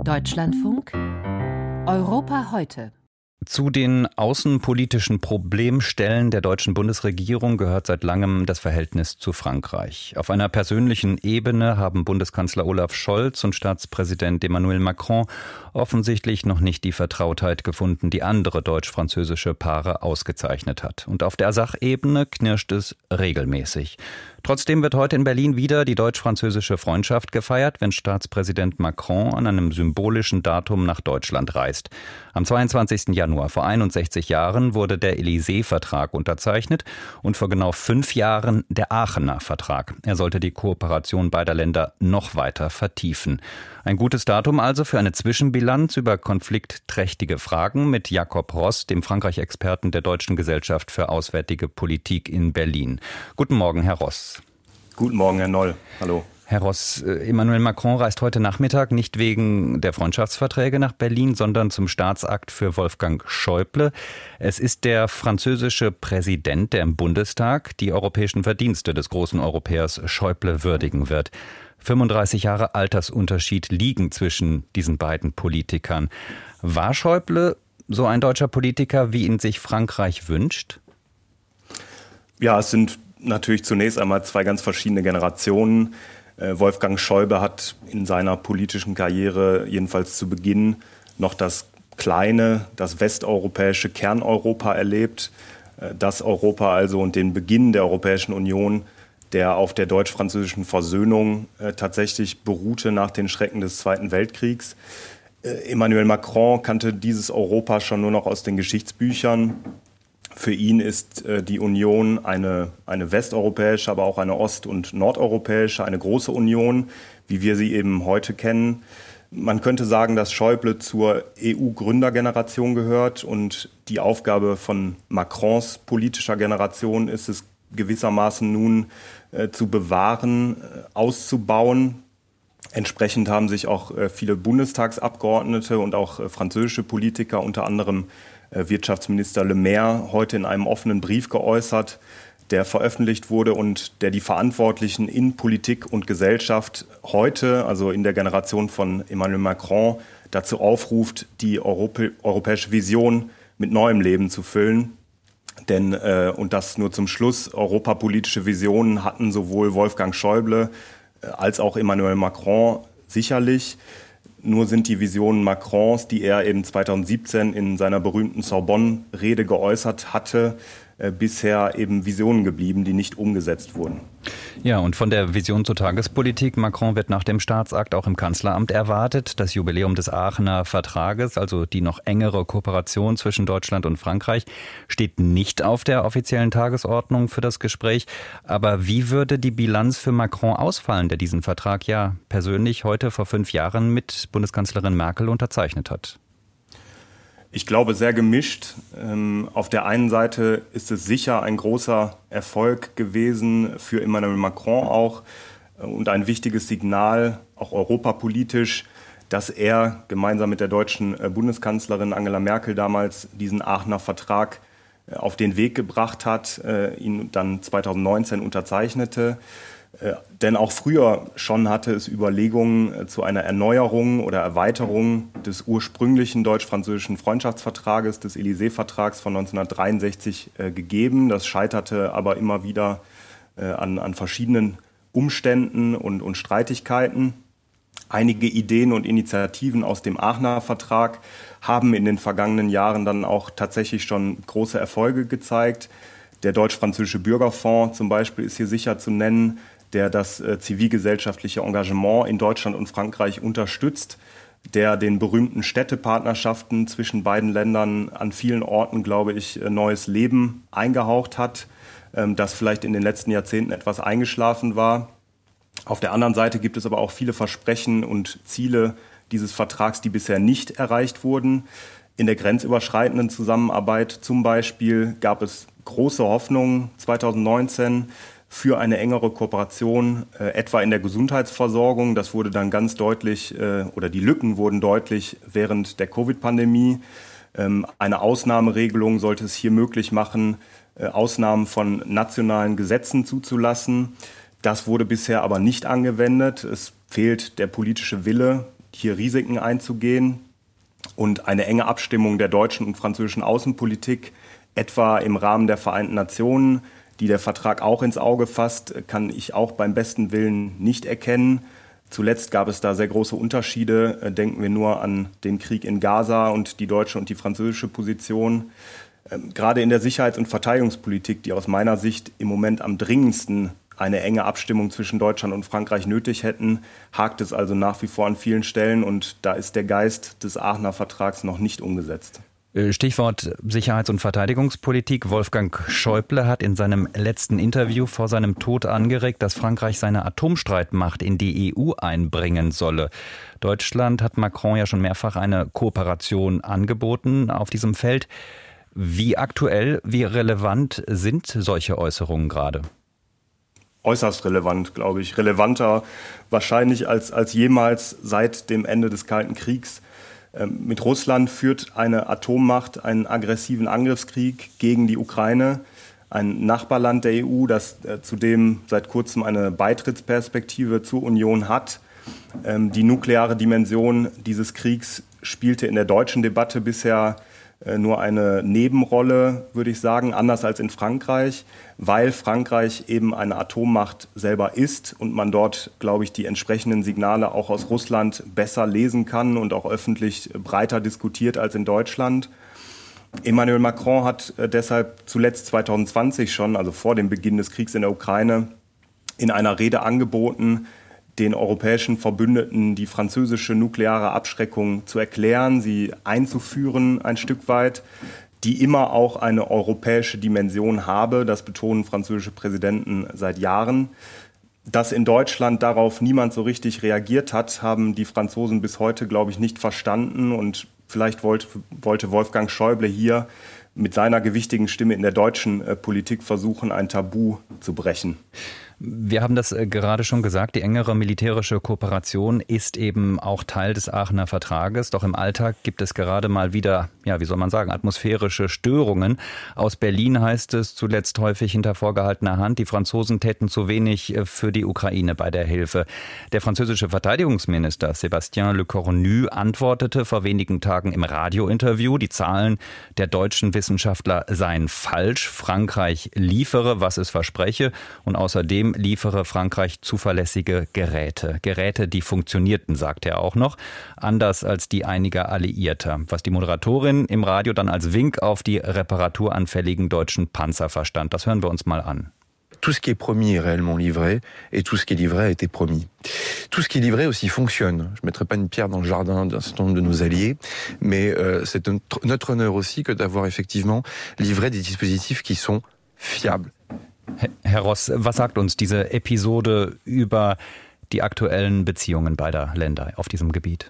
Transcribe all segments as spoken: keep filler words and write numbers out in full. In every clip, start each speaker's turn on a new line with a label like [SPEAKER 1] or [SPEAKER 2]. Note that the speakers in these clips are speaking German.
[SPEAKER 1] Deutschlandfunk Europa heute.
[SPEAKER 2] Zu den außenpolitischen Problemstellen der deutschen Bundesregierung gehört seit langem das Verhältnis zu Frankreich. Auf einer persönlichen Ebene haben Bundeskanzler Olaf Scholz und Staatspräsident Emmanuel Macron offensichtlich noch nicht die Vertrautheit gefunden, die andere deutsch-französische Paare ausgezeichnet hat. Und auf der Sachebene knirscht es regelmäßig. Trotzdem wird heute in Berlin wieder die deutsch-französische Freundschaft gefeiert, wenn Staatspräsident Macron an einem symbolischen Datum nach Deutschland reist. Am zweiundzwanzigsten Januar vor einundsechzig Jahren wurde der Élysée-Vertrag unterzeichnet und vor genau fünf Jahren der Aachener Vertrag. Er sollte die Kooperation beider Länder noch weiter vertiefen. Ein gutes Datum also für eine Zwischenbilanz über konfliktträchtige Fragen mit Jakob Ross, dem Frankreich-Experten der Deutschen Gesellschaft für Auswärtige Politik in Berlin. Guten Morgen, Herr Ross.
[SPEAKER 3] Guten Morgen, Herr Noll. Hallo.
[SPEAKER 2] Herr Ross, Emmanuel Macron reist heute Nachmittag nicht wegen der Freundschaftsverträge nach Berlin, sondern zum Staatsakt für Wolfgang Schäuble. Es ist der französische Präsident, der im Bundestag die europäischen Verdienste des großen Europäers Schäuble würdigen wird. fünfunddreißig Jahre Altersunterschied liegen zwischen diesen beiden Politikern. War Schäuble so ein deutscher Politiker, wie ihn sich Frankreich wünscht?
[SPEAKER 3] Ja, es sind natürlich zunächst einmal zwei ganz verschiedene Generationen. Wolfgang Schäuble hat in seiner politischen Karriere, jedenfalls zu Beginn, noch das kleine, das westeuropäische Kerneuropa erlebt. Das Europa also und den Beginn der Europäischen Union, der auf der deutsch-französischen Versöhnung tatsächlich beruhte nach den Schrecken des Zweiten Weltkriegs. Emmanuel Macron kannte dieses Europa schon nur noch aus den Geschichtsbüchern. Für ihn ist äh, die Union eine, eine westeuropäische, aber auch eine ost- und nordeuropäische, eine große Union, wie wir sie eben heute kennen. Man könnte sagen, dass Schäuble zur E U-Gründergeneration gehört und die Aufgabe von Macrons politischer Generation ist es gewissermaßen nun äh, zu bewahren, äh, auszubauen. Entsprechend haben sich auch äh, viele Bundestagsabgeordnete und auch äh, französische Politiker, unter anderem Wirtschaftsminister Le Maire, heute in einem offenen Brief geäußert, der veröffentlicht wurde und der die Verantwortlichen in Politik und Gesellschaft heute, also in der Generation von Emmanuel Macron, dazu aufruft, die Europä- europäische Vision mit neuem Leben zu füllen. Denn, äh, und das nur zum Schluss, europapolitische Visionen hatten sowohl Wolfgang Schäuble äh, als auch Emmanuel Macron sicherlich. Nur sind die Visionen Macrons, die er eben zweitausendsiebzehn in seiner berühmten Sorbonne-Rede geäußert hatte, äh, bisher eben Visionen geblieben, die nicht umgesetzt wurden.
[SPEAKER 2] Ja, und von der Vision zur Tagespolitik. Macron wird nach dem Staatsakt auch im Kanzleramt erwartet. Das Jubiläum des Aachener Vertrages, also die noch engere Kooperation zwischen Deutschland und Frankreich, steht nicht auf der offiziellen Tagesordnung für das Gespräch. Aber wie würde die Bilanz für Macron ausfallen, der diesen Vertrag ja persönlich heute vor fünf Jahren mit Bundeskanzlerin Merkel unterzeichnet hat?
[SPEAKER 3] Ich glaube, sehr gemischt. Auf der einen Seite ist es sicher ein großer Erfolg gewesen für Emmanuel Macron auch und ein wichtiges Signal, auch europapolitisch, dass er gemeinsam mit der deutschen Bundeskanzlerin Angela Merkel damals diesen Aachener Vertrag auf den Weg gebracht hat, ihn dann zweitausendneunzehn unterzeichnete. Denn auch früher schon hatte es Überlegungen zu einer Erneuerung oder Erweiterung des ursprünglichen deutsch-französischen Freundschaftsvertrages, des Élysée-Vertrags von neunzehnhundertdreiundsechzig äh, gegeben. Das scheiterte aber immer wieder äh, an, an verschiedenen Umständen und, und Streitigkeiten. Einige Ideen und Initiativen aus dem Aachener Vertrag haben in den vergangenen Jahren dann auch tatsächlich schon große Erfolge gezeigt. Der deutsch-französische Bürgerfonds zum Beispiel ist hier sicher zu nennen, der das äh, zivilgesellschaftliche Engagement in Deutschland und Frankreich unterstützt, der den berühmten Städtepartnerschaften zwischen beiden Ländern an vielen Orten, glaube ich, äh, neues Leben eingehaucht hat, ähm, das vielleicht in den letzten Jahrzehnten etwas eingeschlafen war. Auf der anderen Seite gibt es aber auch viele Versprechen und Ziele dieses Vertrags, die bisher nicht erreicht wurden. In der grenzüberschreitenden Zusammenarbeit zum Beispiel gab es große Hoffnungen zweitausendneunzehn für eine engere Kooperation, äh, etwa in der Gesundheitsversorgung. Das wurde dann ganz deutlich, äh, oder die Lücken wurden deutlich während der Covid-Pandemie. Ähm, eine Ausnahmeregelung sollte es hier möglich machen, äh, Ausnahmen von nationalen Gesetzen zuzulassen. Das wurde bisher aber nicht angewendet. Es fehlt der politische Wille, hier Risiken einzugehen. Und eine enge Abstimmung der deutschen und französischen Außenpolitik, etwa im Rahmen der Vereinten Nationen, die der Vertrag auch ins Auge fasst, kann ich auch beim besten Willen nicht erkennen. Zuletzt gab es da sehr große Unterschiede. Denken wir nur an den Krieg in Gaza und die deutsche und die französische Position. Gerade in der Sicherheits- und Verteidigungspolitik, die aus meiner Sicht im Moment am dringendsten eine enge Abstimmung zwischen Deutschland und Frankreich nötig hätten, hakt es also nach wie vor an vielen Stellen und da ist der Geist des Aachener Vertrags noch nicht umgesetzt.
[SPEAKER 2] Stichwort Sicherheits- und Verteidigungspolitik. Wolfgang Schäuble hat in seinem letzten Interview vor seinem Tod angeregt, dass Frankreich seine Atomstreitmacht in die E U einbringen solle. Deutschland hat Macron ja schon mehrfach eine Kooperation angeboten auf diesem Feld. Wie aktuell, wie relevant sind solche Äußerungen gerade?
[SPEAKER 3] Äußerst relevant, glaube ich. Relevanter wahrscheinlich als, als jemals seit dem Ende des Kalten Kriegs. Ähm, mit Russland führt eine Atommacht einen aggressiven Angriffskrieg gegen die Ukraine, ein Nachbarland der E U, das äh, zudem seit kurzem eine Beitrittsperspektive zur Union hat. Ähm, die nukleare Dimension dieses Kriegs spielte in der deutschen Debatte bisher nur eine Nebenrolle, würde ich sagen, anders als in Frankreich, weil Frankreich eben eine Atommacht selber ist und man dort, glaube ich, die entsprechenden Signale auch aus Russland besser lesen kann und auch öffentlich breiter diskutiert als in Deutschland. Emmanuel Macron hat deshalb zuletzt zwanzig zwanzig schon, also vor dem Beginn des Kriegs in der Ukraine, in einer Rede angeboten, den europäischen Verbündeten die französische nukleare Abschreckung zu erklären, sie einzuführen ein Stück weit, die immer auch eine europäische Dimension habe. Das betonen französische Präsidenten seit Jahren. Dass in Deutschland darauf niemand so richtig reagiert hat, haben die Franzosen bis heute, glaube ich, nicht verstanden. Und vielleicht wollte, wollte Wolfgang Schäuble hier mit seiner gewichtigen Stimme in der deutschen äh, Politik versuchen, ein Tabu zu brechen.
[SPEAKER 2] Wir haben das gerade schon gesagt, die engere militärische Kooperation ist eben auch Teil des Aachener Vertrages. Doch im Alltag gibt es gerade mal wieder, ja, wie soll man sagen, atmosphärische Störungen. Aus Berlin heißt es zuletzt häufig hinter vorgehaltener Hand, die Franzosen täten zu wenig für die Ukraine bei der Hilfe. Der französische Verteidigungsminister Sébastien Lecornu antwortete vor wenigen Tagen im Radiointerview, die Zahlen der deutschen Wissenschaftler seien falsch. Frankreich liefere, was es verspreche, und außerdem liefere Frankreich zuverlässige Geräte. Geräte, die funktionierten, sagt er auch noch, anders als die einiger Alliierter. Was die Moderatorin im Radio dann als Wink auf die reparaturanfälligen deutschen Panzer verstand. Das hören wir uns mal an.
[SPEAKER 4] Tout ce qui est promis est réellement livré et tout ce qui est livré a été promis. Tout ce qui est livré aussi fonctionne. Je ne mettrai pas une pierre dans le jardin d'un certain nombre de nos alliés, mais euh, c'est notre honneur aussi que d'avoir effectivement livré des dispositifs qui sont fiables.
[SPEAKER 2] Herr Ross, was sagt uns diese Episode über die aktuellen Beziehungen beider Länder auf diesem Gebiet?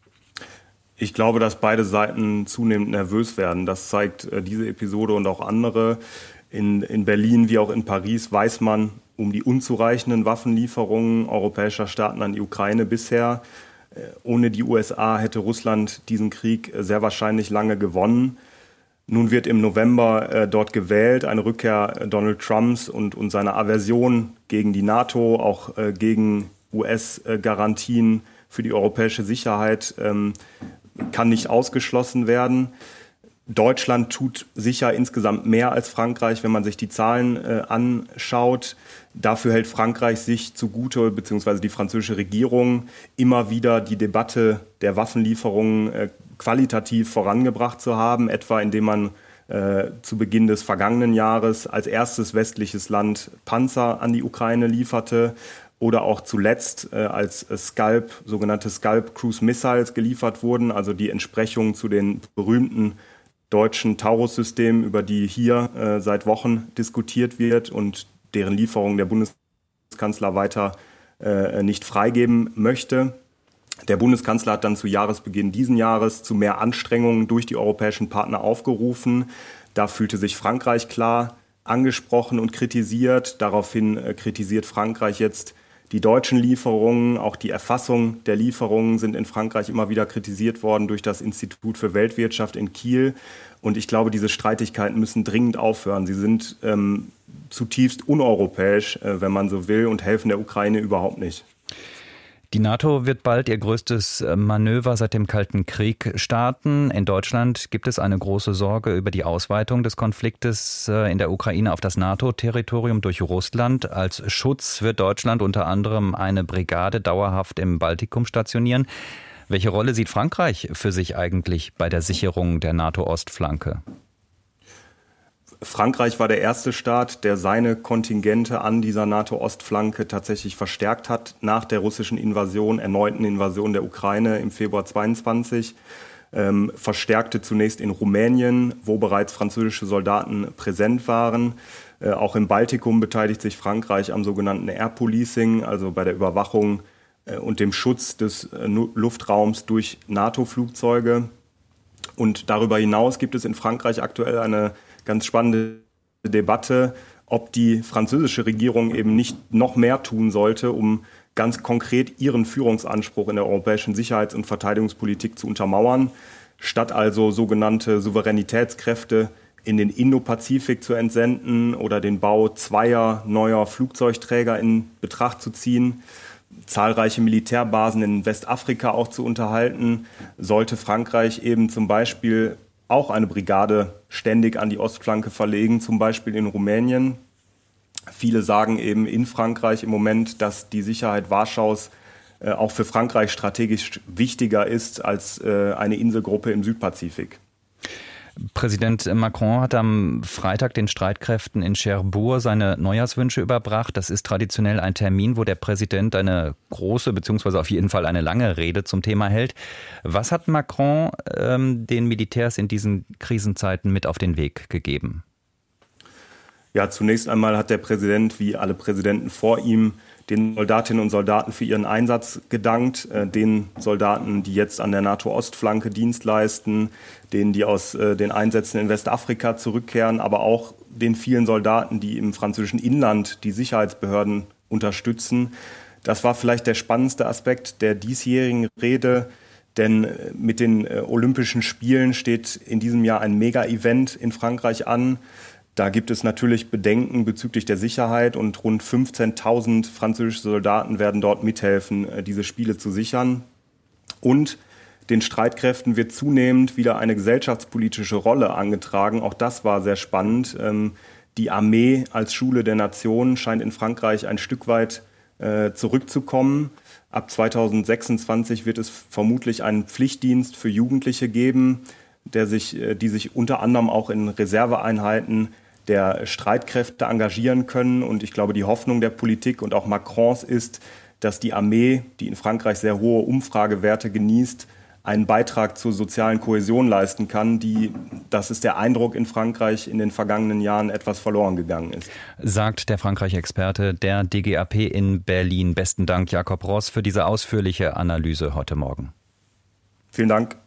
[SPEAKER 3] Ich glaube, dass beide Seiten zunehmend nervös werden. Das zeigt äh, diese Episode und auch andere. In, in Berlin wie auch in Paris weiß man um die unzureichenden Waffenlieferungen europäischer Staaten an die Ukraine bisher. Äh, ohne die U S A hätte Russland diesen Krieg äh, sehr wahrscheinlich lange gewonnen. Nun wird im November äh, dort gewählt, eine Rückkehr äh, Donald Trumps und, und seiner Aversion gegen die NATO, auch äh, gegen U S-Garantien für die europäische Sicherheit, ähm, kann nicht ausgeschlossen werden. Deutschland tut sicher insgesamt mehr als Frankreich, wenn man sich die Zahlen äh, anschaut. Dafür hält Frankreich sich zugute, beziehungsweise die französische Regierung, immer wieder die Debatte der Waffenlieferungen äh, qualitativ vorangebracht zu haben, etwa indem man äh, zu Beginn des vergangenen Jahres als erstes westliches Land Panzer an die Ukraine lieferte oder auch zuletzt äh, als Scalp, sogenannte Scalp Cruise Missiles geliefert wurden, also die Entsprechung zu den berühmten deutschen Taurus-Systemen, über die hier äh, seit Wochen diskutiert wird und deren Lieferung der Bundeskanzler weiter äh, nicht freigeben möchte. Der Bundeskanzler hat dann zu Jahresbeginn diesen Jahres zu mehr Anstrengungen durch die europäischen Partner aufgerufen. Da fühlte sich Frankreich klar angesprochen und kritisiert. Daraufhin äh, kritisiert Frankreich jetzt die deutschen Lieferungen. Auch die Erfassung der Lieferungen sind in Frankreich immer wieder kritisiert worden durch das Institut für Weltwirtschaft in Kiel. Und ich glaube, diese Streitigkeiten müssen dringend aufhören. Sie sind ähm, zutiefst uneuropäisch, äh, wenn man so will, und helfen der Ukraine überhaupt nicht.
[SPEAKER 2] Die NATO wird bald ihr größtes Manöver seit dem Kalten Krieg starten. In Deutschland gibt es eine große Sorge über die Ausweitung des Konfliktes in der Ukraine auf das NATO-Territorium durch Russland. Als Schutz wird Deutschland unter anderem eine Brigade dauerhaft im Baltikum stationieren. Welche Rolle sieht Frankreich für sich eigentlich bei der Sicherung der NATO-Ostflanke?
[SPEAKER 3] Frankreich war der erste Staat, der seine Kontingente an dieser NATO-Ostflanke tatsächlich verstärkt hat nach der russischen Invasion, erneuten Invasion der Ukraine im Februar zweiundzwanzig. Ähm, verstärkte zunächst in Rumänien, wo bereits französische Soldaten präsent waren. Äh, auch im Baltikum beteiligt sich Frankreich am sogenannten Air Policing, also bei der Überwachung äh, und dem Schutz des äh, Luftraums durch NATO-Flugzeuge. Und darüber hinaus gibt es in Frankreich aktuell eine ganz spannende Debatte, ob die französische Regierung eben nicht noch mehr tun sollte, um ganz konkret ihren Führungsanspruch in der europäischen Sicherheits- und Verteidigungspolitik zu untermauern, statt also sogenannte Souveränitätskräfte in den Indopazifik zu entsenden oder den Bau zweier neuer Flugzeugträger in Betracht zu ziehen, zahlreiche Militärbasen in Westafrika auch zu unterhalten, sollte Frankreich eben zum Beispiel auch eine Brigade ständig an die Ostflanke verlegen, zum Beispiel in Rumänien. Viele sagen eben in Frankreich im Moment, dass die Sicherheit Warschaus äh, auch für Frankreich strategisch wichtiger ist als äh, eine Inselgruppe im Südpazifik.
[SPEAKER 2] Präsident Macron hat am Freitag den Streitkräften in Cherbourg seine Neujahrswünsche überbracht. Das ist traditionell ein Termin, wo der Präsident eine große bzw. auf jeden Fall eine lange Rede zum Thema hält. Was hat Macron ähm, den Militärs in diesen Krisenzeiten mit auf den Weg gegeben?
[SPEAKER 3] Ja, zunächst einmal hat der Präsident, wie alle Präsidenten vor ihm, den Soldatinnen und Soldaten für ihren Einsatz gedankt, äh, den Soldaten, die jetzt an der NATO-Ostflanke Dienst leisten, denen, die aus äh, den Einsätzen in Westafrika zurückkehren, aber auch den vielen Soldaten, die im französischen Inland die Sicherheitsbehörden unterstützen. Das war vielleicht der spannendste Aspekt der diesjährigen Rede, denn mit den äh, Olympischen Spielen steht in diesem Jahr ein Mega-Event in Frankreich an. Da gibt es natürlich Bedenken bezüglich der Sicherheit und rund fünfzehntausend französische Soldaten werden dort mithelfen, diese Spiele zu sichern. Und den Streitkräften wird zunehmend wieder eine gesellschaftspolitische Rolle angetragen. Auch das war sehr spannend. Die Armee als Schule der Nation scheint in Frankreich ein Stück weit zurückzukommen. Ab zweitausendsechsundzwanzig wird es vermutlich einen Pflichtdienst für Jugendliche geben, der sich, die sich unter anderem auch in Reserveeinheiten der Streitkräfte engagieren können. Und ich glaube, die Hoffnung der Politik und auch Macrons ist, dass die Armee, die in Frankreich sehr hohe Umfragewerte genießt, einen Beitrag zur sozialen Kohäsion leisten kann, die, das ist der Eindruck in Frankreich, in den vergangenen Jahren etwas verloren gegangen ist.
[SPEAKER 2] Sagt der Frankreich-Experte der D G A P in Berlin. Besten Dank, Jakob Ross, für diese ausführliche Analyse heute Morgen.
[SPEAKER 3] Vielen Dank.